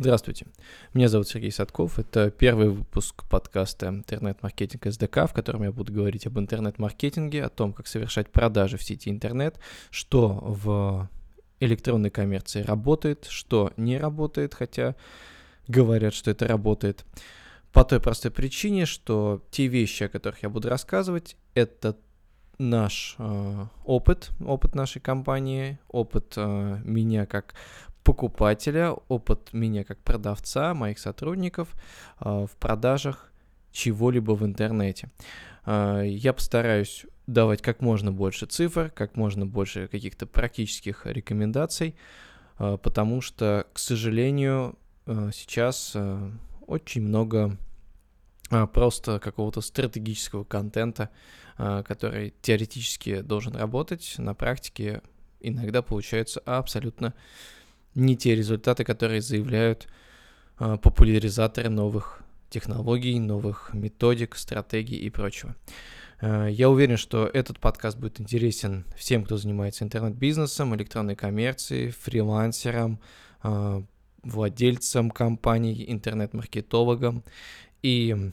Здравствуйте, меня зовут Сергей Садков, это первый выпуск подкаста «Интернет-маркетинг СДК», в котором я буду говорить об интернет-маркетинге, о том, как совершать продажи в сети интернет, что в электронной коммерции работает, что не работает, хотя говорят, что это работает. По той простой причине, что те вещи, о которых я буду рассказывать, это наш опыт нашей компании, опыт меня как покупателя, опыт меня как продавца, моих сотрудников в продажах чего-либо в интернете. Я постараюсь давать как можно больше цифр, как можно больше каких-то практических рекомендаций, потому что, к сожалению, сейчас очень много просто какого-то стратегического контента, который теоретически должен работать, на практике иногда получаются абсолютно не те результаты, которые заявляют популяризаторы новых технологий, новых методик, стратегий и прочего. Я уверен, что этот подкаст будет интересен всем, кто занимается интернет-бизнесом, электронной коммерцией, фрилансерам, владельцам компаний, интернет-маркетологам. И,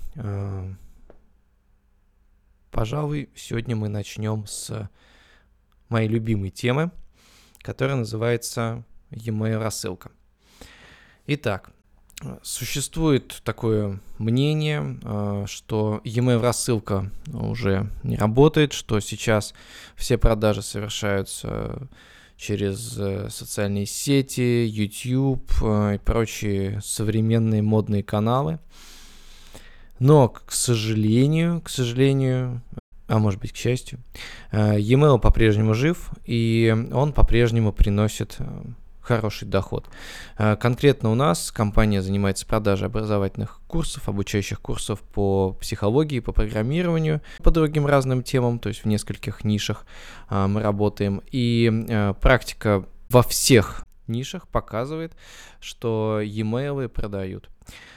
пожалуй, сегодня мы начнем с моей любимой темы, которая называется e-mail рассылка. Итак, существует такое мнение, что e-mail рассылка уже не работает, что сейчас все продажи совершаются через социальные сети, YouTube и прочие современные модные каналы. Но, к сожалению, а может быть, к счастью, e-mail по-прежнему жив, и он по-прежнему приносит хороший доход. Конкретно у нас компания занимается продажей образовательных курсов, обучающих курсов по психологии, по программированию, по другим разным темам, то есть в нескольких нишах мы работаем. И практика во всех нишах показывает, что e-mail продают.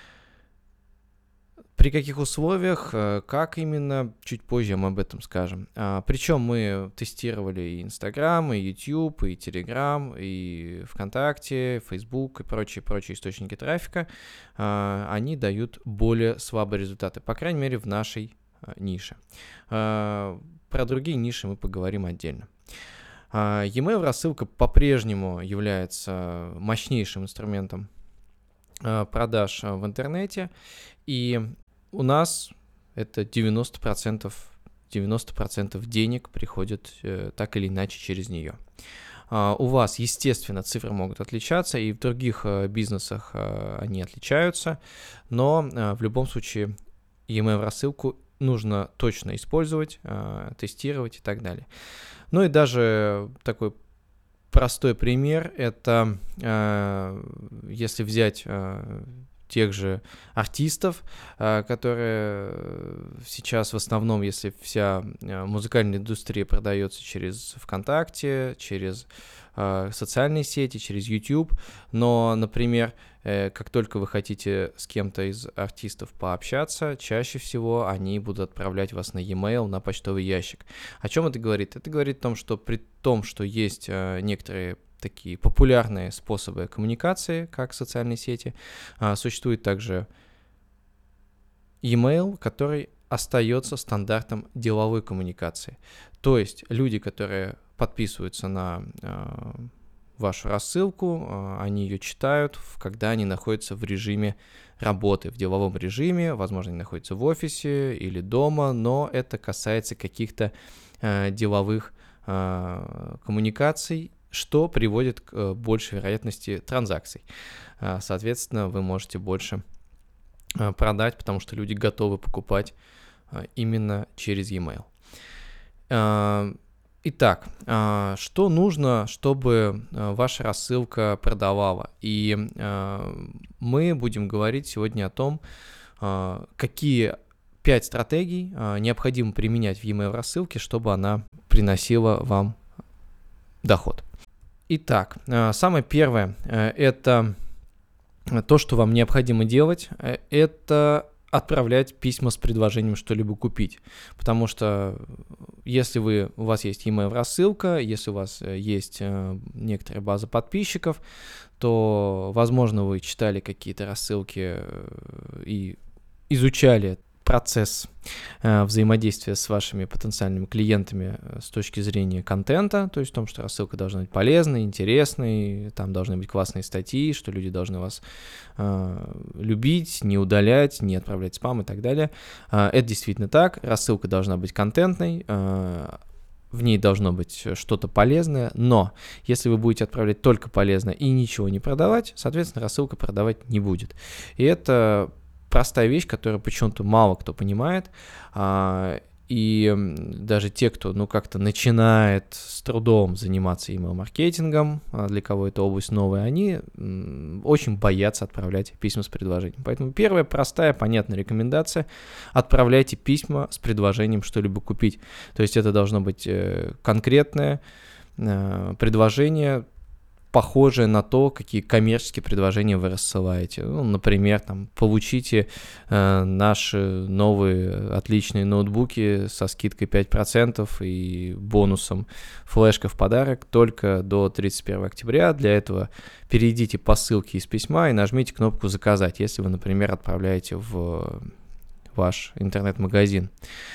При каких условиях, как именно, чуть позже мы об этом скажем. Причем мы тестировали и Instagram, и YouTube, и Telegram, и ВКонтакте, Facebook и прочие источники трафика. Они дают более слабые результаты, по крайней мере, в нашей нише. Про другие ниши мы поговорим отдельно. E-mail рассылка по-прежнему является мощнейшим инструментом продаж в интернете, и у нас это 90% денег приходит так или иначе через нее. У вас, естественно, цифры могут отличаться, и в других бизнесах они отличаются, но в любом случае e-mail рассылку нужно точно использовать, тестировать и так далее. Ну и даже такой простой пример, это если взять тех же артистов, которые сейчас в основном, если вся музыкальная индустрия продается через ВКонтакте, через социальные сети, через YouTube, но, например, как только вы хотите с кем-то из артистов пообщаться, чаще всего они будут отправлять вас на e-mail, на почтовый ящик. О чем это говорит? Это говорит о том, что при том, что есть некоторые такие популярные способы коммуникации, как социальные сети, существует также e-mail, который остается стандартом деловой коммуникации. То есть люди, которые подписываются на вашу рассылку, они ее читают, когда они находятся в режиме работы, в деловом режиме, возможно, они находятся в офисе или дома, но это касается каких-то деловых коммуникаций, что приводит к большей вероятности транзакций. Соответственно, вы можете больше продать, потому что люди готовы покупать именно через e-mail. Итак, что нужно, чтобы ваша рассылка продавала? И мы будем говорить сегодня о том, какие 5 стратегий необходимо применять в e-mail рассылке, чтобы она приносила вам доход. Итак, самое первое, это то, что вам необходимо делать, это отправлять письма с предложением что-либо купить. Потому что если у вас есть email рассылка, если у вас есть некоторая база подписчиков, то, возможно, вы читали какие-то рассылки и изучали процесс взаимодействия с вашими потенциальными клиентами с точки зрения контента, то есть в том, что рассылка должна быть полезной, интересной, там должны быть классные статьи, что люди должны вас любить, не удалять, не отправлять спам и так далее. Это действительно так, рассылка должна быть контентной, в ней должно быть что-то полезное, но если вы будете отправлять только полезное и ничего не продавать, соответственно, рассылка продавать не будет. И это простая вещь, которую почему-то мало кто понимает, и даже те, кто, как-то начинает с трудом заниматься email-маркетингом, для кого эта область новая, они очень боятся отправлять письма с предложением. Поэтому первая простая, понятная рекомендация: отправляйте письма с предложением что-либо купить. То есть это должно быть конкретное предложение, похожее на то, какие коммерческие предложения вы рассылаете. Например, получите наши новые отличные ноутбуки со скидкой 5% и бонусом флешка в подарок только до 31 октября. Для этого перейдите по ссылке из письма и нажмите кнопку «Заказать», если вы, например, отправляете в ваш интернет-магазин.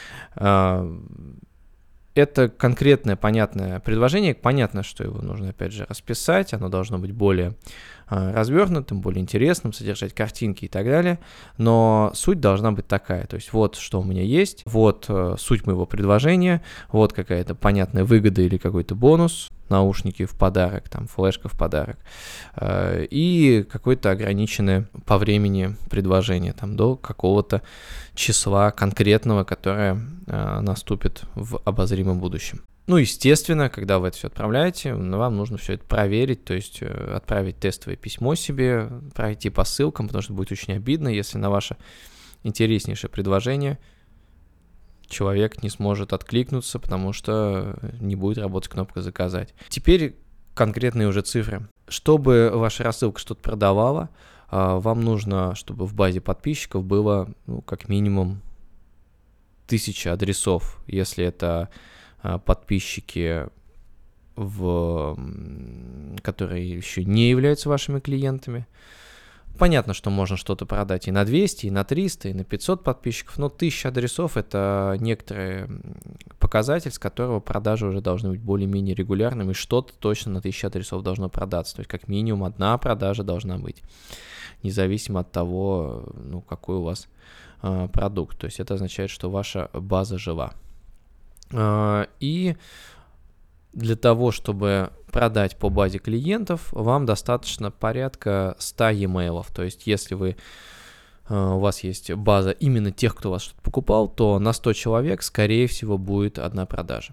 Это конкретное, понятное предложение. Понятно, что его нужно, опять же, расписать. Оно должно быть более развернутым, более интересным, содержать картинки и так далее. Но суть должна быть такая. То есть вот что у меня есть, вот суть моего предложения, вот какая-то понятная выгода или какой-то бонус, наушники в подарок, флешка в подарок, и какое-то ограниченное по времени предложение, до какого-то числа конкретного, которое наступит в обозримом будущем. Естественно, когда вы это все отправляете, вам нужно все это проверить, то есть отправить тестовое письмо себе, пройти по ссылкам, потому что будет очень обидно, если на ваше интереснейшее предложение человек не сможет откликнуться, потому что не будет работать кнопка «Заказать». Теперь конкретные уже цифры. Чтобы ваша рассылка что-то продавала, вам нужно, чтобы в базе подписчиков было как минимум 1000 адресов, если это подписчики, которые еще не являются вашими клиентами. Понятно, что можно что-то продать и на 200, и на 300, и на 500 подписчиков, но 1000 адресов — это некоторый показатель, с которого продажи уже должны быть более-менее регулярными, и что-то точно на 1000 адресов должно продаться. То есть как минимум одна продажа должна быть, независимо от того, какой у вас продукт. То есть это означает, что ваша база жива. И для того, чтобы продать по базе клиентов, вам достаточно порядка 100 e-mail. То есть если у вас есть база именно тех, кто у вас что-то покупал, то на 100 человек, скорее всего, будет одна продажа.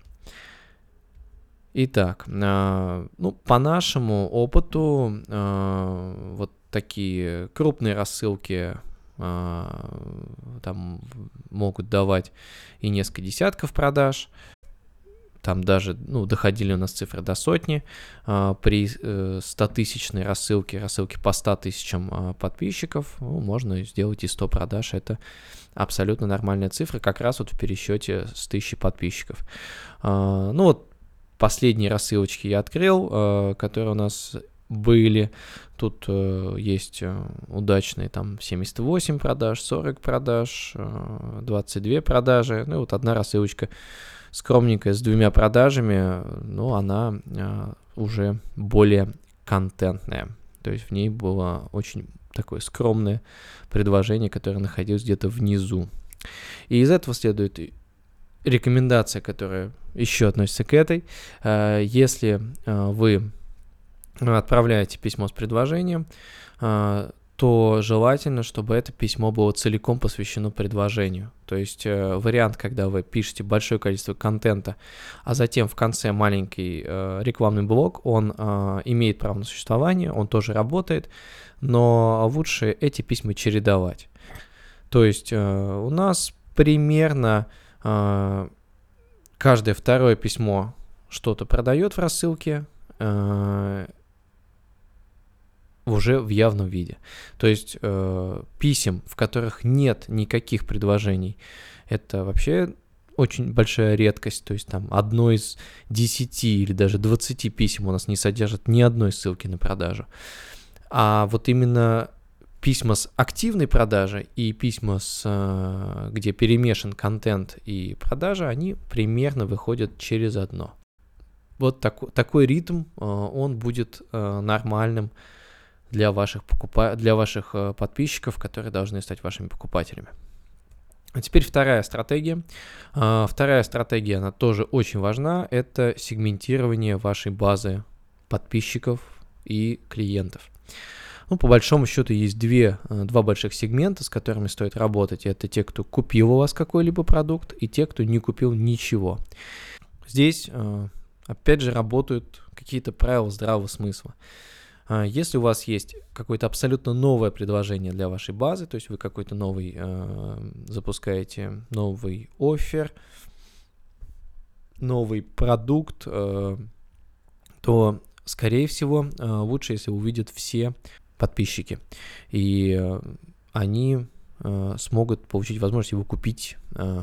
Итак, по нашему опыту, вот такие крупные рассылки там могут давать и несколько десятков продаж. Там даже доходили у нас цифры до сотни. При 100-тысячной рассылке по 100 тысячам подписчиков можно сделать и 100 продаж. Это абсолютно нормальная цифра, как раз в пересчете с 1000 подписчиков. Последние рассылочки я открыл, которые у нас были. Тут есть удачные 78 продаж, 40 продаж, 22 продажи. Одна рассылочка скромненькая с 2 продажами, но она уже более контентная. То есть в ней было очень такое скромное предложение, которое находилось где-то внизу. И из этого следует рекомендация, которая еще относится к этой. Если вы отправляете письмо с предложением, то желательно, чтобы это письмо было целиком посвящено предложению. То есть вариант, когда вы пишете большое количество контента, а затем в конце маленький рекламный блок, он имеет право на существование, он тоже работает, но лучше эти письма чередовать. То есть у нас примерно каждое второе письмо что-то продает в рассылке, уже в явном виде. То есть писем, в которых нет никаких предложений, это вообще очень большая редкость. То есть там одно из 10 или даже 20 писем у нас не содержит ни одной ссылки на продажу. А вот именно письма с активной продажей и письма, где перемешан контент и продажа, они примерно выходят через одно. Вот такой ритм, он будет нормальным для ваших подписчиков, которые должны стать вашими покупателями. А теперь вторая стратегия. Вторая стратегия, она тоже очень важна, это сегментирование вашей базы подписчиков и клиентов. Ну, по большому счету, есть два больших сегмента, с которыми стоит работать. Это те, кто купил у вас какой-либо продукт, и те, кто не купил ничего. Здесь, опять же, работают какие-то правила здравого смысла. Если у вас есть какое-то абсолютно новое предложение для вашей базы, то есть вы какой-то новый запускаете новый оффер, новый продукт, то, скорее всего, лучше, если увидят все подписчики, и они смогут получить возможность его купить.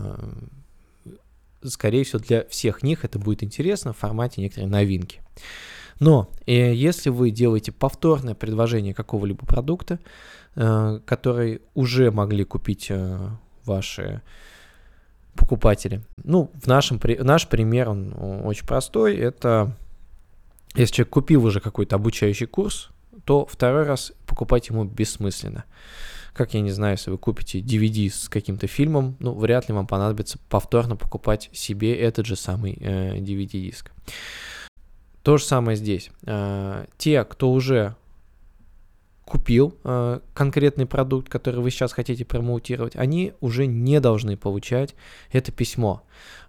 Скорее всего, для всех них это будет интересно в формате некоторой новинки. Но если вы делаете повторное предложение какого-либо продукта, который уже могли купить ваши покупатели, ну, наш пример, он очень простой, это если человек купил уже какой-то обучающий курс, то второй раз покупать ему бессмысленно. Как, я не знаю, если вы купите DVD с каким-то фильмом, ну, вряд ли вам понадобится повторно покупать себе этот же самый DVD-диск. То же самое здесь. Те, кто уже купил конкретный продукт, который вы сейчас хотите промоутировать, они уже не должны получать это письмо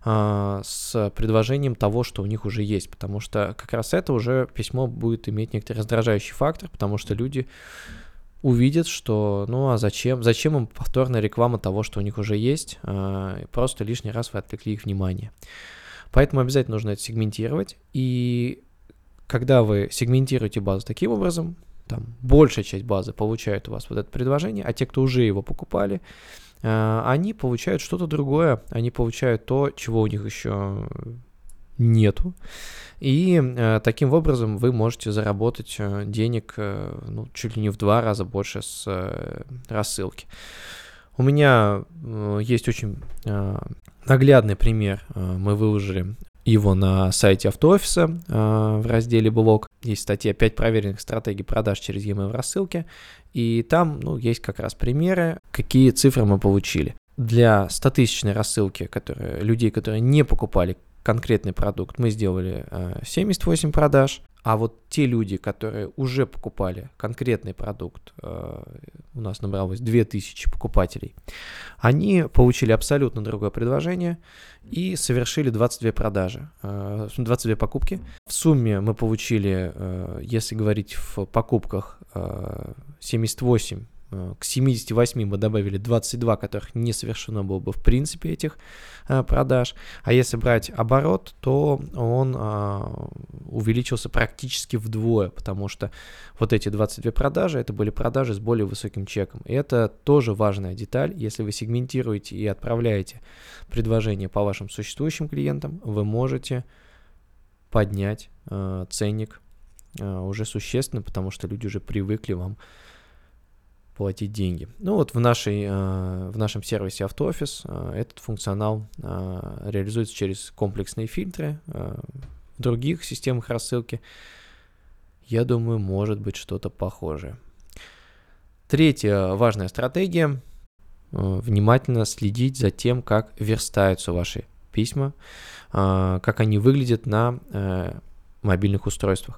с предложением того, что у них уже есть, потому что как раз это уже письмо будет иметь некоторый раздражающий фактор, потому что люди увидят, что ну а зачем им повторная реклама того, что у них уже есть, просто лишний раз вы отвлекли их внимание. Поэтому обязательно нужно это сегментировать, и когда вы сегментируете базу таким образом, там большая часть базы получает у вас вот это предложение, а те, кто уже его покупали, они получают что-то другое, они получают то, чего у них еще нету, и таким образом вы можете заработать денег ну, чуть ли не в 2 раза больше с рассылки. У меня есть очень наглядный пример, мы выложили его на сайте автоофиса в разделе «Блог». Есть статья «5 проверенных стратегий продаж через e-mail в рассылке», и там есть как раз примеры, какие цифры мы получили. Для 100-тысячной рассылки людей, которые не покупали конкретный продукт, мы сделали 78 продаж, а вот те люди, которые уже покупали конкретный продукт, у нас набралось 2000 покупателей, они получили абсолютно другое предложение и совершили 22 продажи, 22 покупки. В сумме мы получили, если говорить в покупках, 78. К 78 мы добавили 22, которых не совершено было бы в принципе этих продаж. А если брать оборот, то он увеличился практически вдвое, потому что вот эти 22 продажи, это были продажи с более высоким чеком. И это тоже важная деталь. Если вы сегментируете и отправляете предложения по вашим существующим клиентам, вы можете поднять ценник уже существенно, потому что люди уже привыкли вам платить деньги. Ну вот в нашем сервисе автоофис этот функционал реализуется через комплексные фильтры. В других системах рассылки, я думаю, может быть что-то похожее. Третья важная стратегия – внимательно следить за тем, как верстаются ваши письма, как они выглядят на мобильных устройствах.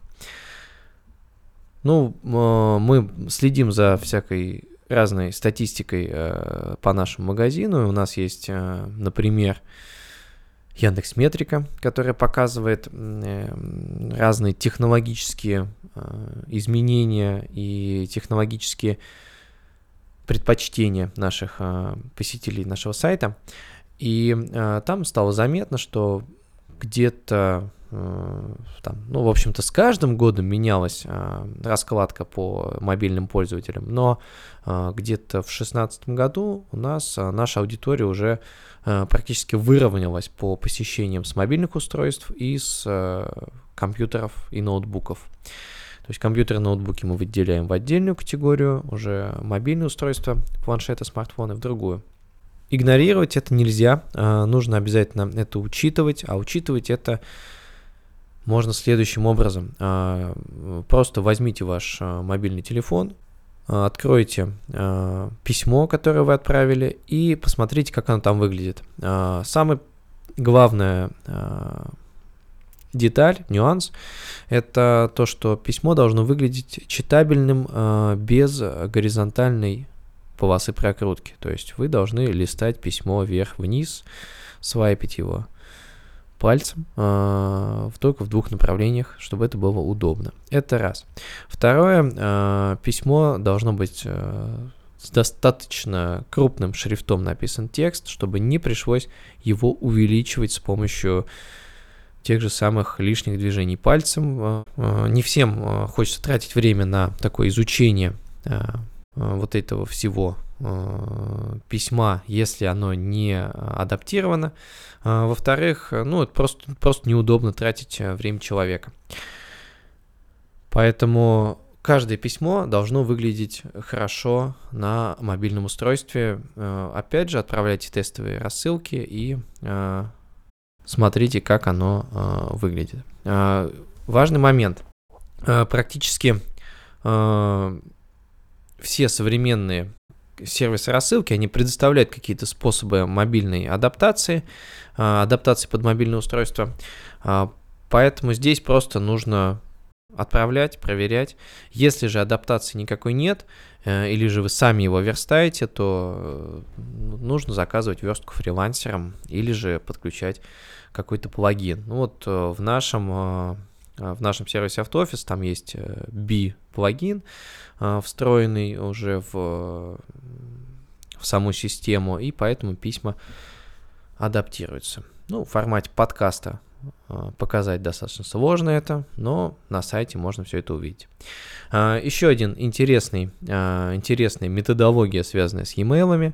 Ну, мы следим за всякой разной статистикой по нашему магазину. У нас есть, например, Яндекс.Метрика, которая показывает разные технологические изменения и технологические предпочтения наших посетителей нашего сайта. И там стало заметно, что где-то там, в общем-то, с каждым годом менялась раскладка по мобильным пользователям, но где-то в 2016 году у нас наша аудитория уже практически выровнялась по посещениям с мобильных устройств и с компьютеров и ноутбуков. То есть компьютеры и ноутбуки мы выделяем в отдельную категорию, уже мобильные устройства, планшеты, смартфоны в другую. Игнорировать это нельзя, нужно обязательно это учитывать, а учитывать это можно следующим образом. Просто возьмите ваш мобильный телефон, откройте письмо, которое вы отправили, и посмотрите, как оно там выглядит. Самая главная деталь, нюанс, это то, что письмо должно выглядеть читабельным без горизонтальной полосы прокрутки. То есть вы должны листать письмо вверх-вниз, свайпить его пальцем только в двух направлениях, чтобы это было удобно. Это раз. Второе, письмо должно быть с достаточно крупным шрифтом написан текст, чтобы не пришлось его увеличивать с помощью тех же самых лишних движений пальцем. Не всем хочется тратить время на такое изучение вот этого всего письма, если оно не адаптировано. Во-вторых, это просто неудобно тратить время человека. Поэтому каждое письмо должно выглядеть хорошо на мобильном устройстве. Опять же, отправляйте тестовые рассылки и смотрите, как оно выглядит. Важный момент. Практически все современные сервисы рассылки, они предоставляют какие-то способы мобильной адаптации под мобильное устройство. Поэтому здесь просто нужно отправлять, проверять. Если же адаптации никакой нет, или же вы сами его верстаете, то нужно заказывать верстку фрилансерам или же подключать какой-то плагин. В нашем сервисе AutoOffice там есть B-плагин, встроенный уже в саму систему, и поэтому письма адаптируются. В формате подкаста показать достаточно сложно это, но на сайте можно все это увидеть. Еще один интересная методология, связанная с e-mail'ами,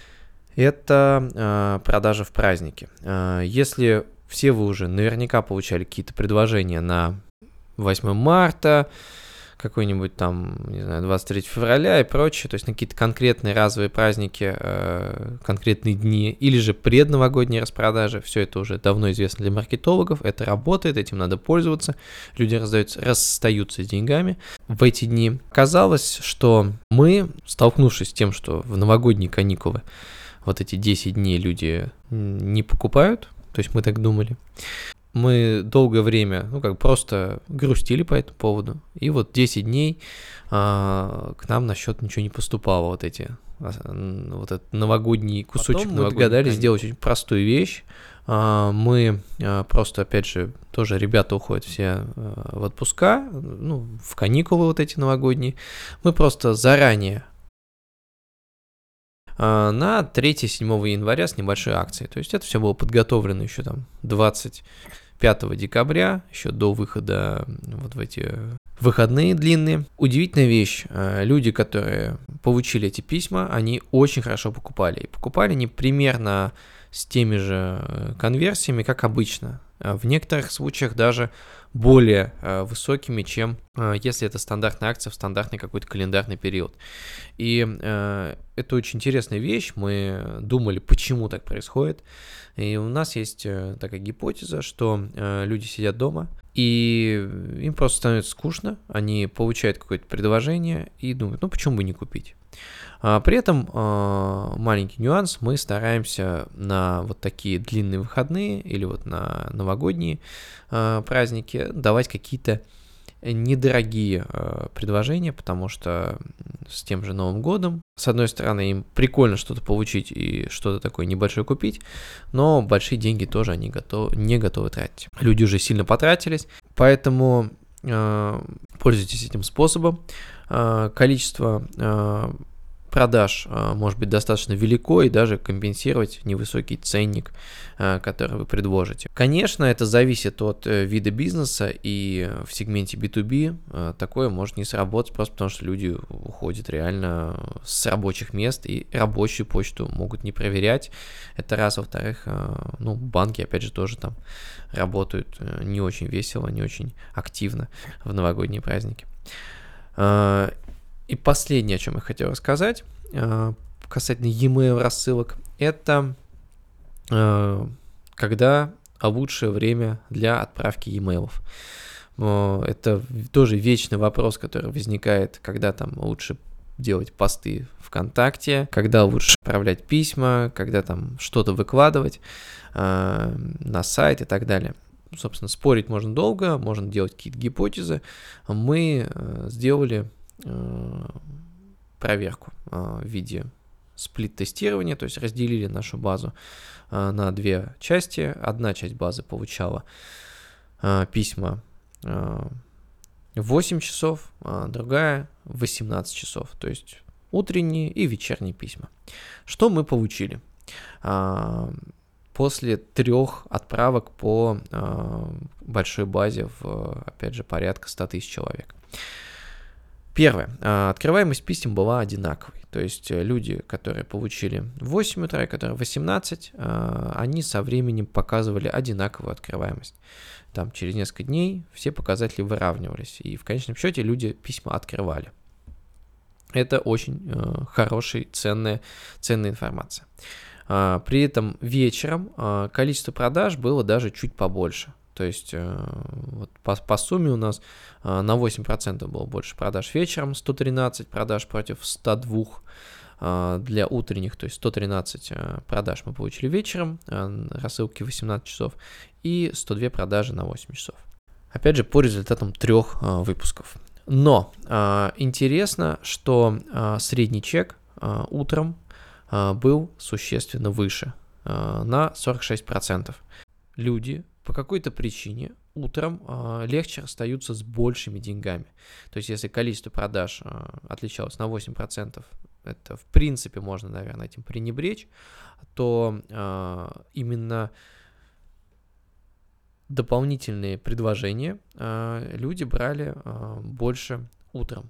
это продажа в праздники. Если все вы уже наверняка получали какие-то предложения на 8 марта, какой-нибудь там, 23 февраля и прочее, то есть на какие-то конкретные разовые праздники, конкретные дни, или же предновогодние распродажи, все это уже давно известно для маркетологов, это работает, этим надо пользоваться, люди расстаются с деньгами в эти дни. Казалось, что мы, столкнувшись с тем, что в новогодние каникулы вот эти 10 дней люди не покупают, то есть мы так думали, мы долгое время, просто грустили по этому поводу. И 10 дней к нам на счет ничего не поступало. Этот новогодний кусочек. Потом мы догадались сделать очень простую вещь. Мы просто, опять же, тоже ребята уходят все в отпуска, в каникулы эти новогодние. Мы просто заранее на 3-7 января с небольшой акцией. То есть это все было подготовлено еще 25 декабря, еще до выхода в эти выходные длинные. Удивительная вещь. Люди, которые получили эти письма, они очень хорошо покупали. И покупали они примерно с теми же конверсиями, как обычно. В некоторых случаях даже более высокими, чем если это стандартная акция в стандартный какой-то календарный период. И это очень интересная вещь. Мы думали, почему так происходит. И у нас есть такая гипотеза, что люди сидят дома, и им просто становится скучно, они получают какое-то предложение и думают, почему бы не купить. При этом маленький нюанс, мы стараемся на такие длинные выходные или на новогодние праздники давать какие-то недорогие предложения, потому что с тем же Новым годом, с одной стороны, им прикольно что-то получить и что-то такое небольшое купить, но большие деньги тоже они не готовы тратить. Люди уже сильно потратились, поэтому пользуйтесь этим способом. Количество продаж может быть достаточно велико и даже компенсировать невысокий ценник, который вы предложите. Конечно, это зависит от вида бизнеса, и в сегменте B2B такое может не сработать, просто потому что люди уходят реально с рабочих мест и рабочую почту могут не проверять. Это раз. Во-вторых, банки, опять же, тоже там работают не очень весело, не очень активно в новогодние праздники. И последнее, о чем я хотел рассказать, касательно e-mail рассылок, это когда лучшее время для отправки e-mail'ов. Это тоже вечный вопрос, который возникает, когда там лучше делать посты ВКонтакте, когда лучше отправлять письма, когда там что-то выкладывать на сайт и так далее. Собственно, спорить можно долго, можно делать какие-то гипотезы. Мы сделали проверку в виде сплит-тестирования, то есть разделили нашу базу на две части. Одна часть базы получала письма в 8 часов, а другая в 18 часов, то есть утренние и вечерние письма. Что мы получили? После 3 отправок по большой базе в, опять же, порядка 100 тысяч человек. Первое. Открываемость писем была одинаковой. То есть люди, которые получили в 8 утра и которые в 18, они со временем показывали одинаковую открываемость. Там через несколько дней все показатели выравнивались. И в конечном счете люди письма открывали. Это очень хорошая, ценная информация. При этом вечером количество продаж было даже чуть побольше. То есть вот по сумме у нас на 8% было больше продаж вечером, 113 продаж против 102 для утренних, то есть 113 продаж мы получили вечером, рассылки 18 часов, и 102 продажи на 8 часов. Опять же, по результатам 3 выпусков. Но интересно, что средний чек утром был существенно выше, на 46%. Люди по какой-то причине утром легче расстаются с большими деньгами. То есть, если количество продаж отличалось на 8%, это в принципе можно, наверное, этим пренебречь, то именно дополнительные предложения люди брали больше утром.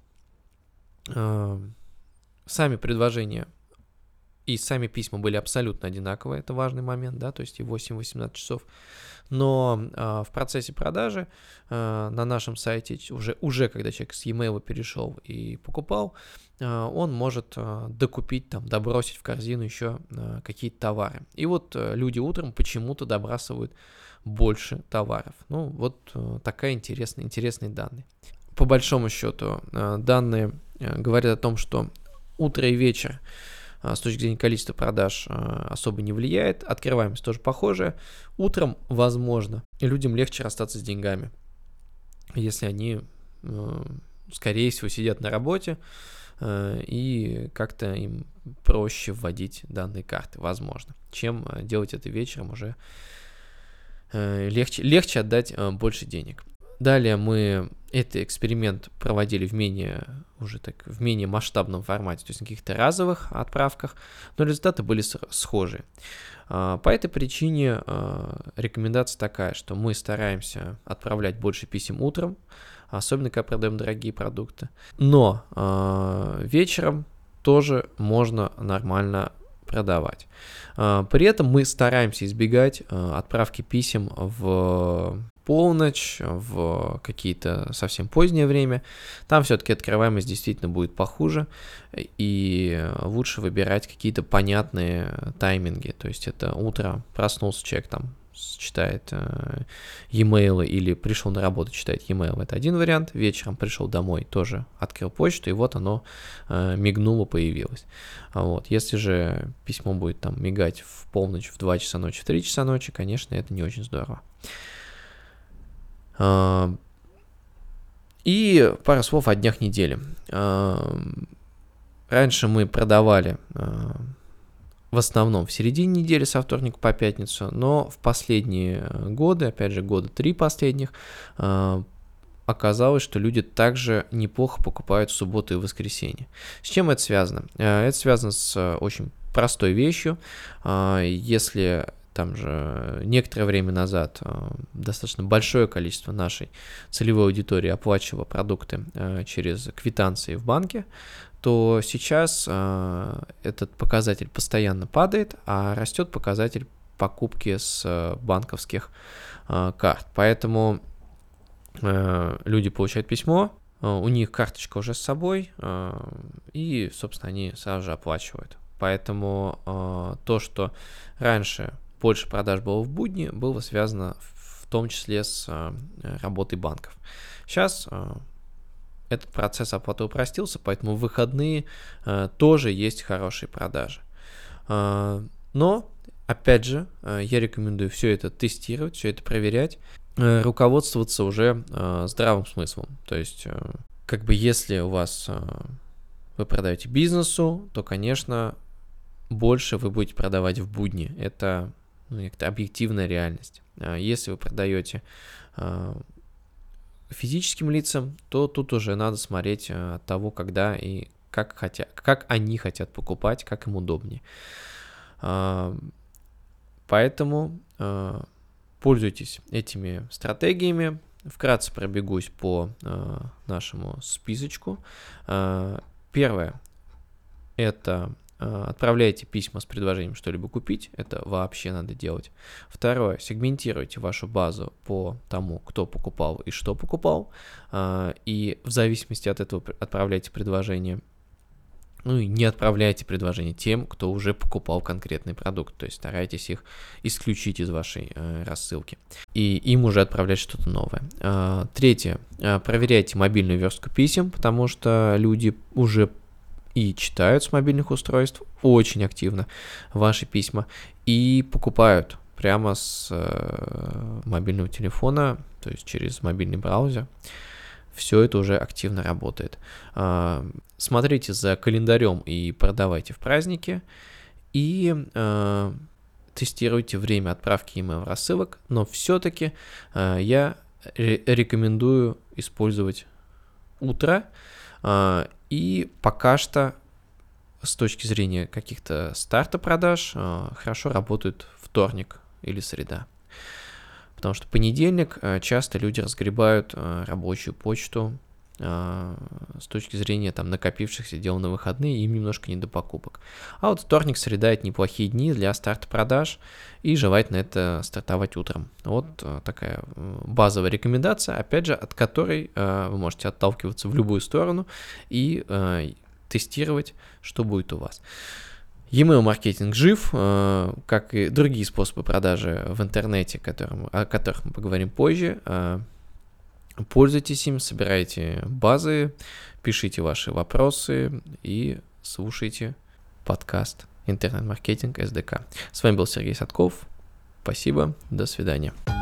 Сами предложения и сами письма были абсолютно одинаковые, это важный момент, да, то есть и 8-18 часов. Но в процессе продажи на нашем сайте, уже когда человек с e-mail перешел и покупал, он может докупить, там, добросить в корзину еще какие-то товары. И вот люди утром почему-то добрасывают больше товаров. Ну, вот такая интересные данные. По большому счету, данные говорят о том, что утро и вечер с точки зрения количества продаж особо не влияет. Открываемость тоже похожая. Утром, возможно, людям легче расстаться с деньгами, если они, скорее всего, сидят на работе, и как-то им проще вводить данные карты, возможно, чем делать это вечером, уже легче отдать больше денег. Далее мы этот эксперимент проводили в менее масштабном формате, то есть на каких-то разовых отправках, но результаты были схожие. По этой причине рекомендация такая, что мы стараемся отправлять больше писем утром, особенно когда продаем дорогие продукты, но вечером тоже можно нормально продавать. При этом мы стараемся избегать отправки писем в полночь, в какие-то совсем позднее время. Там все-таки открываемость действительно будет похуже, и лучше выбирать какие-то понятные тайминги. То есть это утро, проснулся человек, там читает e-mail или пришел на работу, читает e-mail, это один вариант. Вечером пришел домой, тоже открыл почту, и вот оно мигнуло, появилось. Вот. Если же письмо будет там мигать в полночь, в 2 часа ночи, в 3 часа ночи, конечно, это не очень здорово. И пара слов о днях недели. Раньше мы продавали в основном в середине недели со вторника по пятницу, но в последние годы, опять же, года 3 последних, оказалось, что люди также неплохо покупают в субботу и воскресенье. С чем это связано? Это связано с очень простой вещью. Если там же некоторое время назад достаточно большое количество нашей целевой аудитории оплачивало продукты через квитанции в банке, то сейчас этот показатель постоянно падает, а растет показатель покупки с банковских карт. Поэтому люди получают письмо, у них карточка уже с собой, и, собственно, они сразу же оплачивают. Поэтому то, что раньше больше продаж было в будни, было связано в том числе с работой банков. Сейчас этот процесс оплаты упростился, поэтому в выходные тоже есть хорошие продажи. Но, опять же, я рекомендую все это тестировать, все это проверять, руководствоваться уже здравым смыслом. То есть, если у вас вы продаете бизнесу, то, конечно, больше вы будете продавать в будни. Это объективная реальность. Если вы продаете физическим лицам, то тут уже надо смотреть от того, когда и как они хотят покупать, как им удобнее. Поэтому пользуйтесь этими стратегиями. Вкратце пробегусь по нашему списочку. Первое – это отправляйте письма с предложением что-либо купить, это вообще надо делать. Второе, сегментируйте вашу базу по тому, кто покупал и что покупал, и в зависимости от этого отправляйте предложение. И не отправляйте предложение тем, кто уже покупал конкретный продукт, то есть старайтесь их исключить из вашей рассылки и им уже отправлять что-то новое. Третье, проверяйте мобильную верстку писем, потому что люди уже и читают с мобильных устройств очень активно ваши письма и покупают прямо с мобильного телефона, то есть через мобильный браузер. Все это уже активно работает. Смотрите за календарем и продавайте в праздники. И тестируйте время отправки email рассылок. Но все-таки я рекомендую использовать утро. И пока что с точки зрения каких-то старта продаж хорошо работают вторник или среда. Потому что понедельник часто люди разгребают рабочую почту с точки зрения накопившихся дел на выходные, им немножко не до покупок. А вот вторник, среда – это неплохие дни для старта продаж, и желательно это стартовать утром. Вот такая базовая рекомендация, опять же, от которой вы можете отталкиваться в любую сторону и тестировать, что будет у вас. E-mail маркетинг жив, как и другие способы продажи в интернете, о которых мы поговорим позже. Пользуйтесь им, собирайте базы, пишите ваши вопросы и слушайте подкаст «Интернет-маркетинг СДК». С вами был Сергей Садков. Спасибо, до свидания.